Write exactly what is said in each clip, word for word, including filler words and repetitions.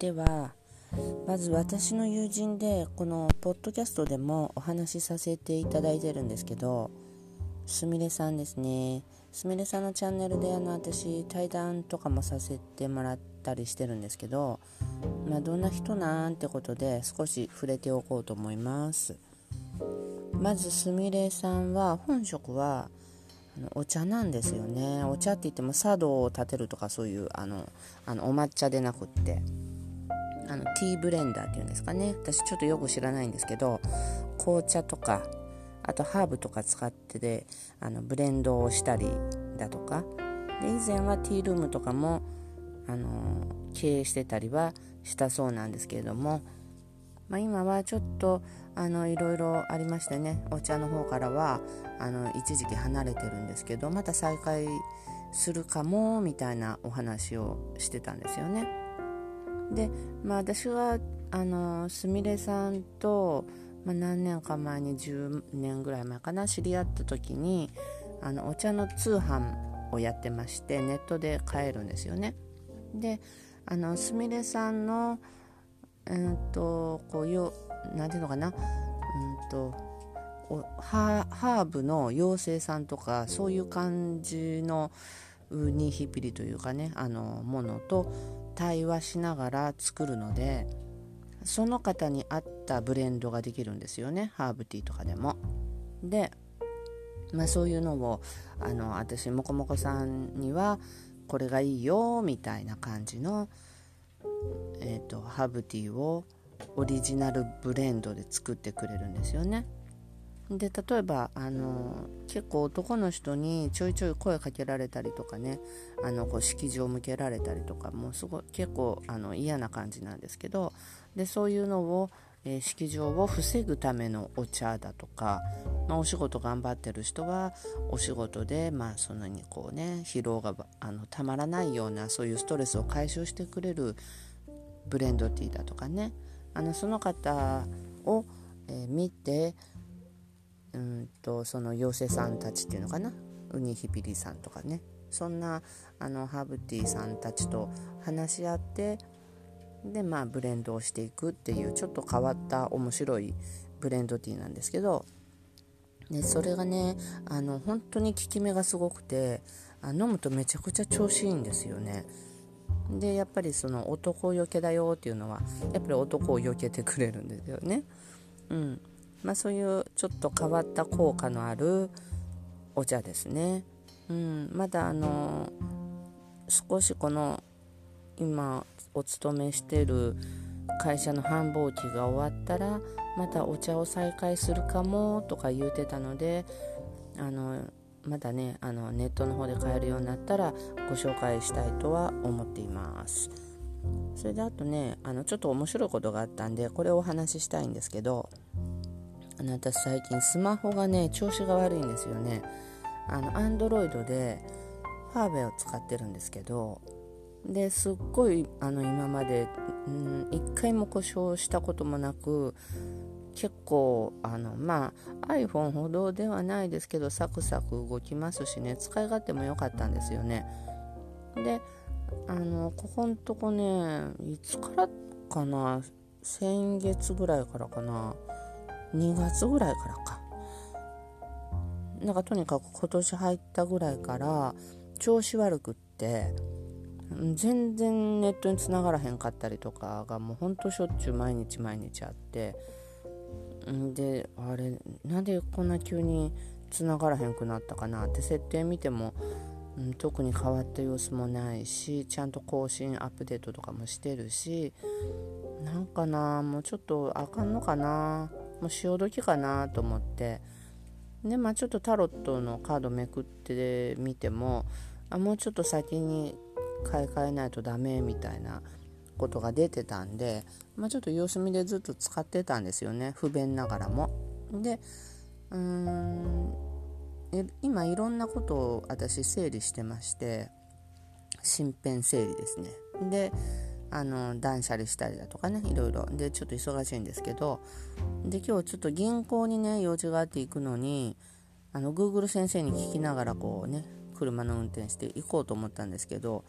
ではまず私の友人でこのポッドキャストでもお話しさせていただいてるんですけど、すみれさんですね。すみれさんのチャンネルであの私対談とかもさせてもらったりしてるんですけど、まあ、どんな人なんてことで少し触れておこうと思います。まずすみれさんは本職はあのお茶なんですよね。お茶って言っても茶道を立てるとかそういうあのあのお抹茶でなくってあのティーブレンダーっていうんですかね。私ちょっとよく知らないんですけど、紅茶とかあとハーブとか使ってであのブレンドをしたりだとかで、以前はティールームとかもあの経営してたりはしたそうなんですけれども、まあ、今はちょっとあのいろいろありましてね、お茶の方からはあの一時期離れてるんですけど、また再開するかもみたいなお話をしてたんですよね。で、まあ、私はあのすみれさんと、まあ、何年か前にじゅうねんぐらい前かな知り合った時にあのお茶の通販をやってまして、ネットで買えるんですよね。で、あのすみれさんのうんとこうよなんていうのかな、うんとおハーブの妖精さんとかそういう感じのウニヒピリというかね、あのものと対話しながら作るので、その方に合ったブレンドができるんですよね、ハーブティーとかでも。で、まあ、そういうのをあの私もこもこさんにはこれがいいよみたいな感じの、えーと、ハーブティーをオリジナルブレンドで作ってくれるんですよね。で、例えばあの結構男の人にちょいちょい声かけられたりとかね、あのこう式場向けられたりとかもうすごい結構あの嫌な感じなんですけど、でそういうのを、えー、式場を防ぐためのお茶だとか、まあ、お仕事頑張ってる人はお仕事で、まあ、そんなにこうね疲労があのたまらないようなそういうストレスを解消してくれるブレンドティーだとかね、あのその方を、えー、見てうんとその妖精さんたちっていうのかな、ウニヒピリさんとかね、そんなあのハーブティーさんたちと話し合って、でまあブレンドをしていくっていうちょっと変わった面白いブレンドティーなんですけど、でそれがねあの本当に効き目がすごくて、あ飲むとめちゃくちゃ調子いいんですよね。でやっぱりその男よけだよっていうのはやっぱり男をよけてくれるんですよね。うんまあ、そういうちょっと変わった効果のあるお茶ですね。うん、まだあの少しこの今お勤めしている会社の繁忙期が終わったらまたお茶を再開するかもとか言うてたので、あのまだねあのネットの方で買えるようになったらご紹介したいとは思っています。それであとねあのちょっと面白いことがあったんでこれをお話ししたいんですけど、あの私最近スマホがね調子が悪いんですよね。あの Android でファーウェイを使ってるんですけど、ですっごいあの今までん一回も故障したこともなく、結構あのまあ iPhone ほどではないですけどサクサク動きますしね、使い勝手も良かったんですよね。であのここんとこねいつからかな、先月ぐらいからかな、にがつぐらいからかなんかとにかく今年入ったぐらいから調子悪くって全然ネットに繋がらへんかったりとかがもうほんとしょっちゅう毎日毎日あって、んであれなんでこんな急に繋がらへんくなったかなって設定見ても、うん、特に変わった様子もないし、ちゃんと更新アップデートとかもしてるし、なんかなもうちょっとあかんのかな、もう潮時かなと思って、でまあちょっとタロットのカードめくってみても、あもうちょっと先に買い替えないとダメみたいなことが出てたんで、まあ、ちょっと様子見でずっと使ってたんですよね、不便ながらも。でうーん今いろんなことを私整理してまして、身辺整理ですね。であの断捨離したりだとかね、いろいろでちょっと忙しいんですけど、で今日ちょっと銀行にね用事があって行くのに、あの Google 先生に聞きながらこうね車の運転して行こうと思ったんですけど、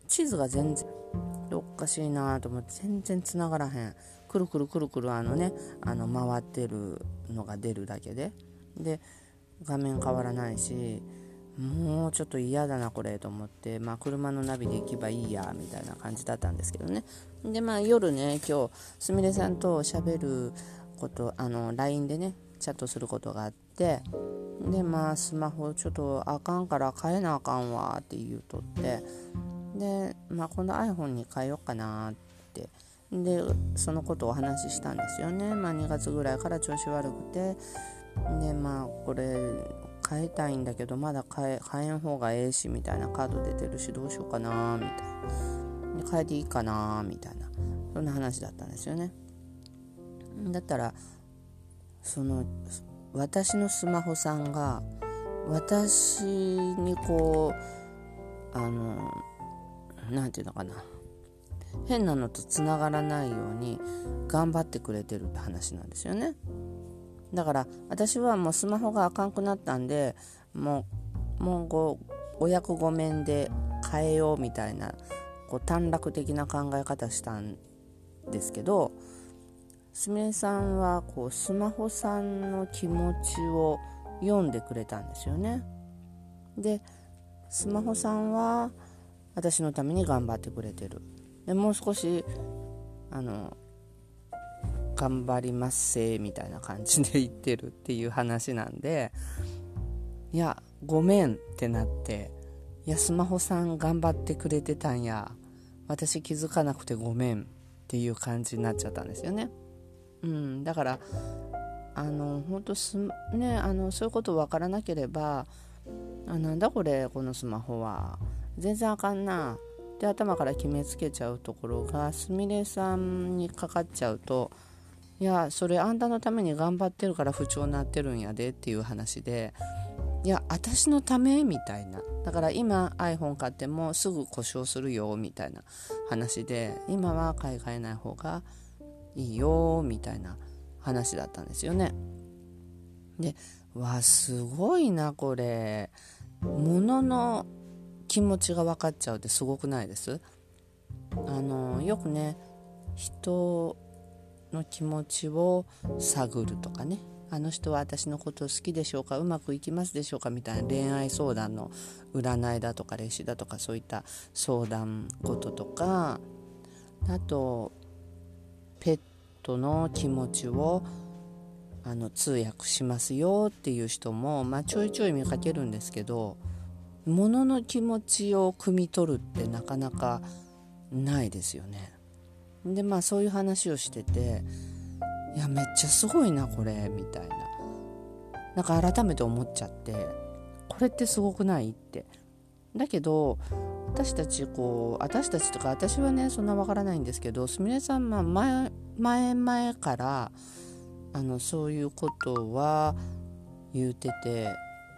地図が全然おかしいなと思って、全然つながらへん。くるくるくるくるあのねあの回ってるのが出るだけで、で画面変わらないし、もうちょっと嫌だなこれと思って、まあ車のナビで行けばいいやみたいな感じだったんですけどね。でまあ夜ね、今日すみれさんと喋ること、あの ライン でねチャットすることがあって、でまあスマホちょっとあかんから変えなあかんわって言うとって、でまあ今度 iPhone に変えようかなって、でそのことをお話ししたんですよね。まあにがつぐらいから調子悪くて、でまあこれ変えたいんだけどまだ変え、変えん方がええしみたいな、カード出てるしどうしようかなみたいな、で変えていいかなみたいな、そんな話だったんですよね。だったらその私のスマホさんが私にこうあのなんていうのかな、変なのとつながらないように頑張ってくれてるって話なんですよね。だから私はもうスマホがあかんくなったんで、もうもうごお役御免で変えようみたいなこう短絡的な考え方したんですけど、すみれさんはこうスマホさんの気持ちを読んでくれたんですよね。でスマホさんは私のために頑張ってくれてる。でもう少しあの頑張りますせみたいな感じで言ってるっていう話なんで、いやごめんってなって、いやスマホさん頑張ってくれてたんや、私気づかなくてごめんっていう感じになっちゃったんですよね。うん、だからあの本当すね、あのそういうこと分からなければ、あなんだこれこのスマホは全然あかんなって頭から決めつけちゃうところがすみれさんにかかっちゃうと、いやそれあんたのために頑張ってるから不調になってるんやでっていう話で、いや私のためみたいな、だから今 iPhone 買ってもすぐ故障するよみたいな話で、今は買い替えない方がいいよみたいな話だったんですよね。でわすごいなこれ、物の気持ちが分かっちゃうってすごくないです？あのよくね人の気持ちを探るとかね、あの人は私のことを好きでしょうか、うまくいきますでしょうかみたいな恋愛相談の占いだとか霊視だとかそういった相談事とか、あとペットの気持ちをあの通訳しますよっていう人も、まあ、ちょいちょい見かけるんですけど、物の気持ちを汲み取るってなかなかないですよね。でまあそういう話をしてて、いやめっちゃすごいなこれみたいな、なんか改めて思っちゃって、これってすごくないって。だけど私たちこう私たちとか私はねそんなわからないんですけど、すみれさんは前前々からあのそういうことは言うてて、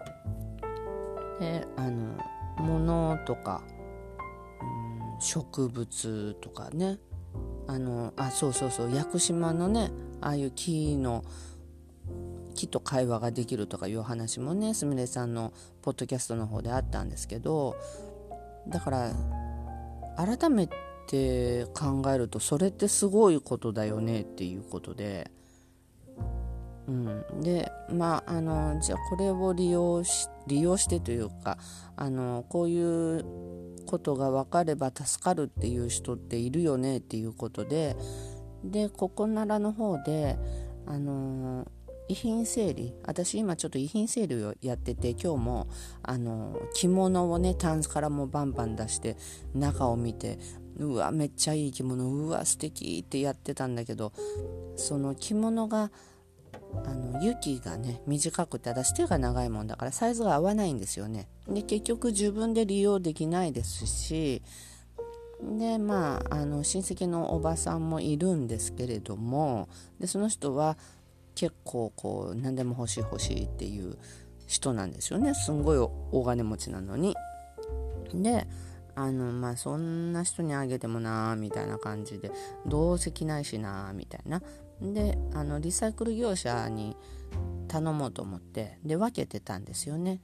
であの物とか、うん、植物とかね、あのあそうそうそう屋久島のねああいう木の木と会話ができるとかいう話もねすみれさんのポッドキャストの方であったんですけど、だから改めて考えるとそれってすごいことだよねっていうことで、うん、でまああのじゃあこれを利用し利用してというか、あのこういうことが分かれば助かるっていう人っているよねっていうことで、でここならの方であの遺品整理、私今ちょっと遺品整理をやってて、今日もあの着物をねタンスからもバンバン出して中を見て、うわめっちゃいい着物、うわ素敵ってやってたんだけど、その着物があの雪がね短くて、私手が長いもんだからサイズが合わないんですよね。で結局自分で利用できないですし、でまああの親戚のおばさんもいるんですけれども、でその人は結構こう何でも欲しい欲しいっていう人なんですよね。すんごい大金持ちなのに。であのまあそんな人にあげてもなみたいな感じで、どうせ着ないしなみたいな。であのリサイクル業者に頼もうと思って、で分けてたんですよね。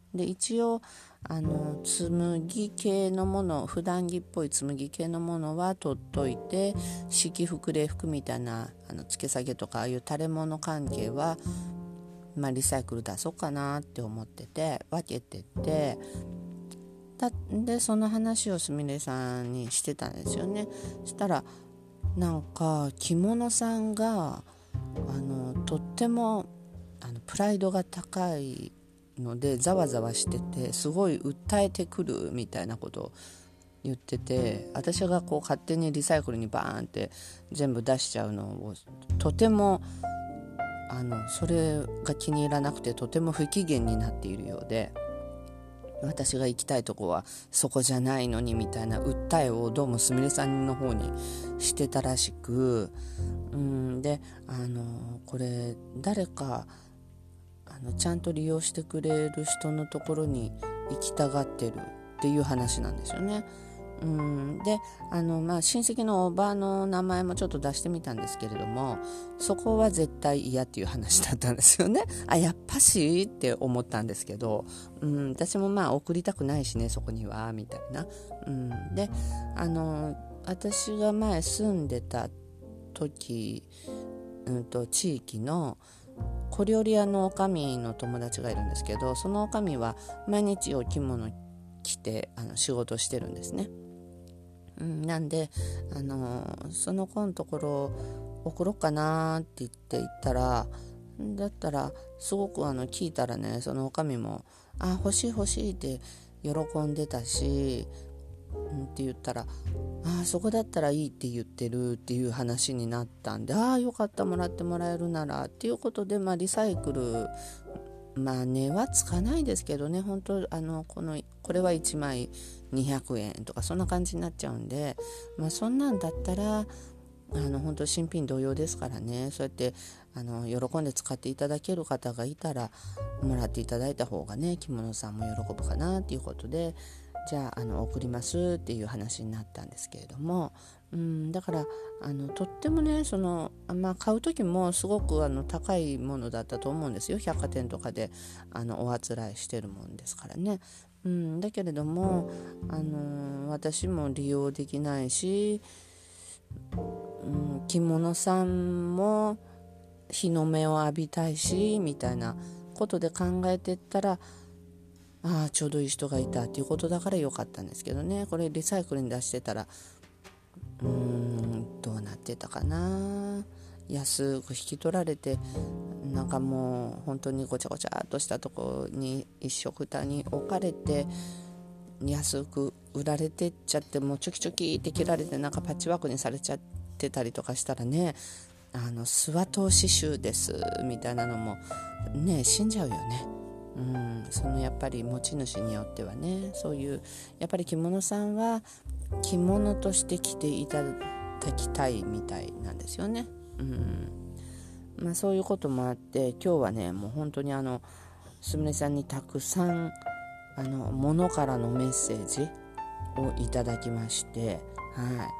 で一応あの紬系のもの、普段着っぽい紬系のものは取っといて、式服礼服みたいなあの付け下げとかああいう垂れ物関係は、まあ、リサイクル出そうかなって思ってて分けてて、だでその話をすみれさんにしてたんですよね。したらなんか着物さんがあのとってもあのプライドが高いのでざわざわしてて、すごい訴えてくるみたいなことを言ってて、私がこう勝手にリサイクルにバーンって全部出しちゃうのをとてもあのそれが気に入らなくて、とても不機嫌になっているようで、私が行きたいとこはそこじゃないのにみたいな訴えをどうもすみれさんの方にしてたらしく、うんであのこれ誰かあのちゃんと利用してくれる人のところに行きたがってるっていう話なんですよね。うんであの、まあ、親戚のおばの名前もちょっと出してみたんですけれども、そこは絶対嫌っていう話だったんですよね。あ、やっぱしって思ったんですけど、うん、私もまあ送りたくないしねそこにはみたいな、うん、であの私が前住んでた時、うんと地域の小料理屋のおかみの友達がいるんですけど、そのおかみは毎日お着物着てあの仕事してるんですね。うん、なんで、あのー、その子のところ送ろうかなって言って言ったら、だったらすごくあの聞いたらね、そのおかみもあ欲しい欲しいって喜んでたし、うん、って言ったらあそこだったらいいって言ってるっていう話になったんで、ああよかったもらってもらえるならっていうことで、まあ、リサイクルまあ値はつかないですけどね、本当あのこのこれはいちまいにひゃくえんとかそんな感じになっちゃうんで、まあ、そんなんだったらあの本当新品同様ですからね、そうやってあの喜んで使っていただける方がいたらもらっていただいた方がね、着物さんも喜ぶかなっていうことで、じゃあ、あの送りますっていう話になったんですけれども、うん、だからあのとってもねその、まあ、買う時もすごくあの高いものだったと思うんですよ。百貨店とかであのおあつらいしてるもんですからね、うん、だけれども、あの私も利用できないし、うん、着物さんも日の目を浴びたいしみたいなことで考えてったら、ああちょうどいい人がいたっていうことだからよかったんですけどね。これリサイクルに出してたらうーんどうなってたかな、安く引き取られて、なんかもう本当にごちゃごちゃっとしたところに一緒くたに置かれて安く売られてっちゃって、もうチョキチョキって切られてなんかパッチワークにされちゃってたりとかしたらね、あの諏訪島刺繍ですみたいなのもね死んじゃうよね。うん、そのやっぱり持ち主によってはね、そういうやっぱり着物さんは着物として着ていただきたいみたいなんですよね。うんまあ、そういうこともあって今日はねもう本当にあのすみれさんにたくさんあの物からのメッセージをいただきまして、はい、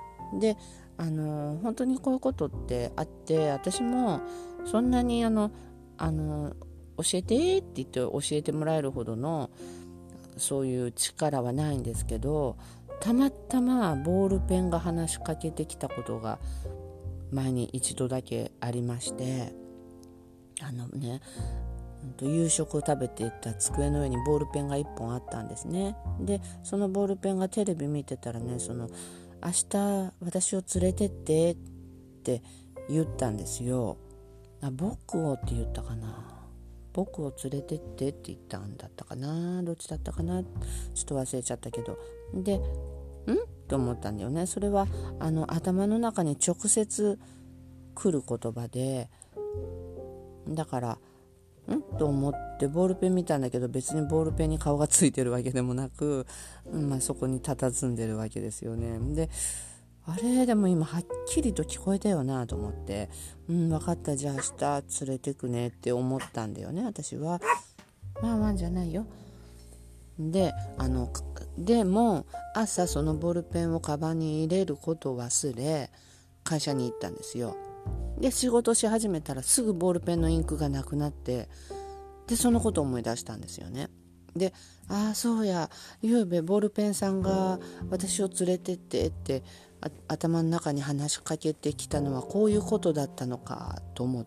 であの本当にこういうことってあって、私もそんなにあのあの教えてって言って教えてもらえるほどのそういう力はないんですけど、たまたまボールペンが話しかけてきたことが前に一度だけありまして、あのね夕食を食べていた机の上にボールペンがいっぽんあったんですね。でそのボールペンがテレビ見てたらね、その明日私を連れてってって言ったんですよ。あ僕をって言ったかな、僕を連れてってって言ったんだったかな、どっちだったかな、ちょっと忘れちゃったけど、でんと思ったんだよね。それはあの頭の中に直接来る言葉で、だからんと思ってボールペン見たんだけど、別にボールペンに顔がついてるわけでもなく、まあ、そこに佇んでるわけですよね。であれでも今はっきりと聞こえたよなと思って、うん分かったじゃあ明日連れてくねって思ったんだよね私は。まあまあじゃないよ。であのでも朝そのボールペンをカバンに入れることを忘れ会社に行ったんですよ。で仕事し始めたらすぐボールペンのインクがなくなって、でそのことを思い出したんですよね。 で、ああそうや、ゆうべボールペンさんが私を連れてってってあ頭の中に話しかけてきたのはこういうことだったのかと思って、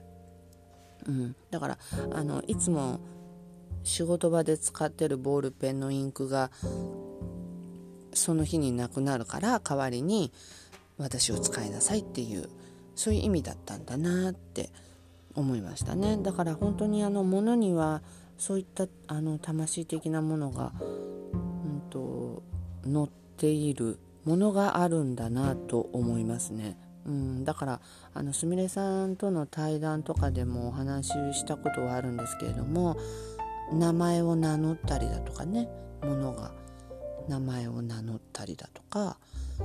うん、だからあのいつも仕事場で使ってるボールペンのインクがその日になくなるから代わりに私を使いなさいっていう、そういう意味だったんだなって思いましたね。だから本当にあの物にはそういったあの魂的なものが、うんと、乗っているものがあるんだなと思いますね。うん、だからあのすみれさんとの対談とかでもお話ししたことはあるんですけれども、名前を名乗ったりだとかね、ものが名前を名乗ったりだとか、うん、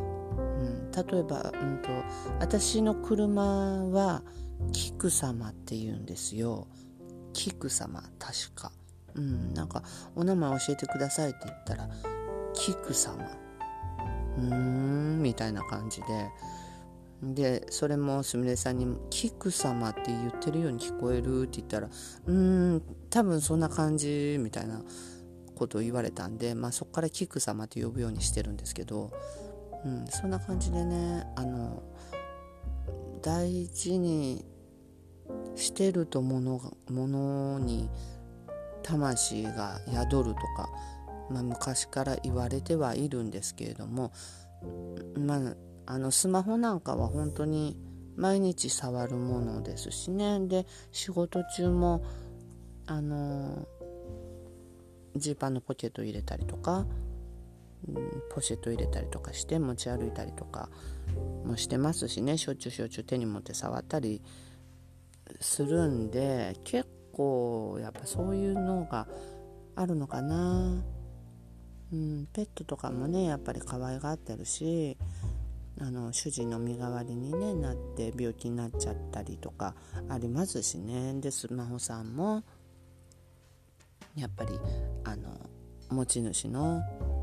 例えば、うんと、私の車はキク様って言うんですよ。キク様、確か、うん、なんかお名前教えてくださいって言ったらキク様、うーんみたいな感じで、でそれもすみれさんにキク様って言ってるように聞こえるって言ったら、うーん多分そんな感じみたいなことを言われたんで、まあ、そこからキク様って呼ぶようにしてるんですけど、うん、そんな感じでね、あの大事にしてるとものがものに魂が宿るとか、まあ、昔から言われてはいるんですけれども、まあ、あのスマホなんかは本当に毎日触るものですしね。で仕事中もあのジーパンのポケット入れたりとか、うん、ポシェット入れたりとかして持ち歩いたりとかもしてますしね、しょっちゅうしょっちゅう手に持って触ったりするんで、結構やっぱそういうのがあるのかな。うん、ペットとかもねやっぱり可愛がってるし、あの主人の身代わりに、ね、なって病気になっちゃったりとかありますしね。でスマホさんもやっぱりあの持ち主の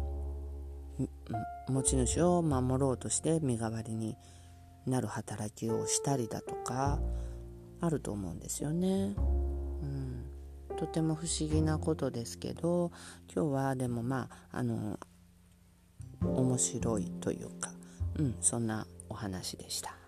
持ち主を守ろうとして身代わりになる働きをしたりだとかあると思うんですよね。うん、とても不思議なことですけど、今日はでもまああの面白いというか、うん、そんなお話でした。